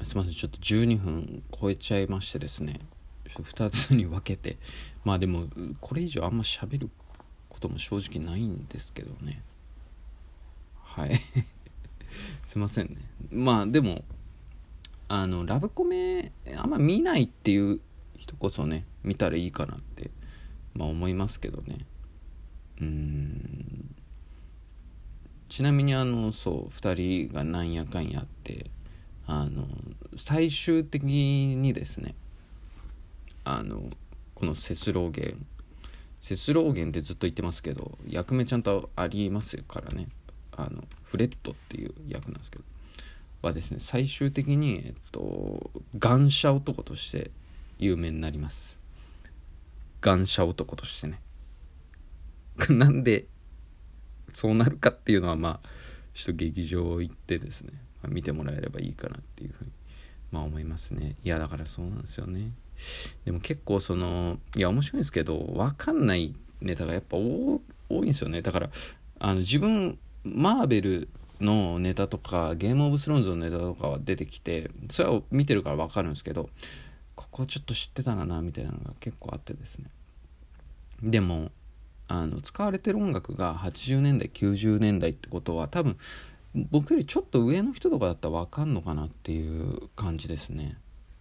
すいません、ちょっと12分超えちゃいましてですね、2つに分けて、まあでもこれ以上あんま喋ることも正直ないんですけどね。はいすいませんね。まあでもラブコメあんま見ないっていう人こそね、見たらいいかなって思いますけどね。ちなみにそう2人がなんやかんやって最終的にですね、このセスローゲンってずっと言ってますけど、役名ちゃんとありますからね。フレッドっていう役なんですけどはですね、最終的にガシャ男として有名になります。ガシャ男としてねなんでそうなるかっていうのはちょっと劇場行ってですね、見てもらえればいいかなっていうふうに思いますね。いやだからそうなんですよね。でも結構いや面白いんですけど、分かんないネタがやっぱ多いんですよね。だから自分マーベルのネタとかゲームオブスローンズのネタとかは出てきて、それを見てるから分かるんですけど、ここちょっと知ってたかなみたいなのが結構あってですね。でも使われてる音楽が80年代90年代ってことは、多分僕よりちょっと上の人とかだったら分かんのかなっていう感じですね。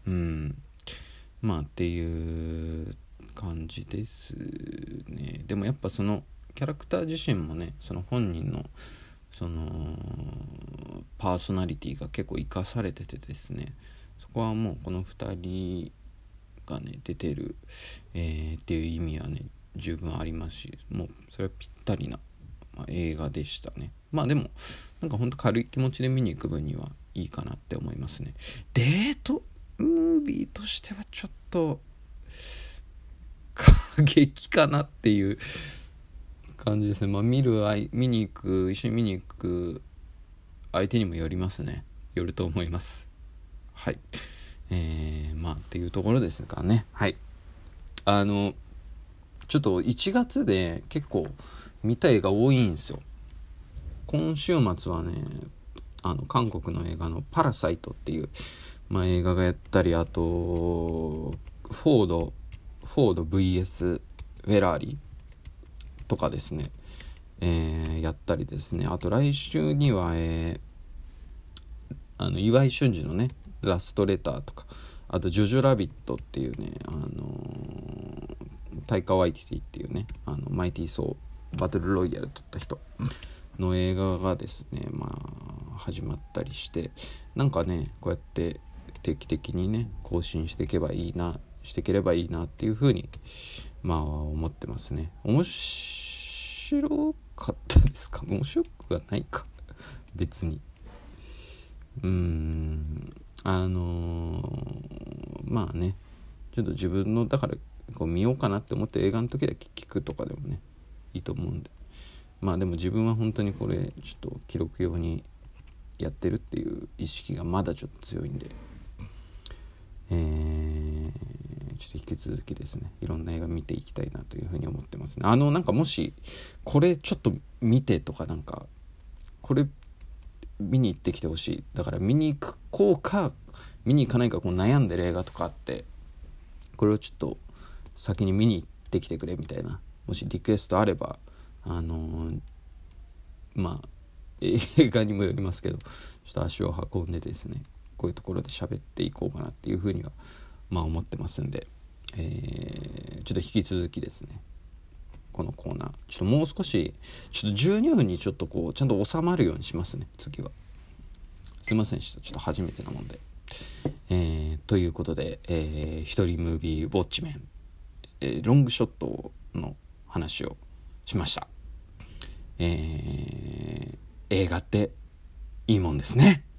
っていう感じですね。でもやっぱそのキャラクター自身もね、その本人のそのパーソナリティが結構生かされててですね、そこはもうこの2人がね出てる、っていう意味はね十分ありますし、もうそれはぴったりな、映画でしたね。でもなんかほんと軽い気持ちで見に行く分にはいいかなって思いますね。デートムービーとしてはちょっと過激かなっていう感じですね。一緒に見に行く相手にもよりますね。よると思います。はい。っていうところですかね。はい。ちょっと1月で結構見た映画多いんですよ。今週末はね、韓国の映画のパラサイトっていう、映画がやったり、あとフォード VS フェラーリとかですね、やったりですね。あと来週には、岩井俊二のねラストレターとか、あとジョジョラビットっていうね、タイカワイティティっていうね、マイティーソーバトルロイヤル撮った人の映画がですね、始まったりして、なんかねこうやって定期的にね更新していければいいなっていうふうに思ってますね。面白かったですか？面白くはないか別に。ちょっと自分のだからこう見ようかなって思って映画の時だけ聞くとかでもねいいと思うんで、でも自分は本当にこれちょっと記録用にやってるっていう意識がまだちょっと強いんで、ちょっと引き続きですねいろんな映画見ていきたいなというふうに思ってますね。なんかもしこれちょっと見てとか、なんかこれ見に行ってきてほしい、だから見に行こうか見に行かないか悩んでる映画とかあって、これをちょっと先に見に行ってきてくれみたいな、もしリクエストあれば映画にもよりますけど、ちょっと足を運んでですね、こういうところで喋っていこうかなっていうふうには思ってますんで、ちょっと引き続きですねこのコーナーちょっともう少しちょっと12分にちょっとちゃんと収まるようにしますね次は。すいませんでした、ちょっと初めてなもんで。ということで、一人ムービーウォッチメン、ロングショットの話をしました。映画っていいもんですね。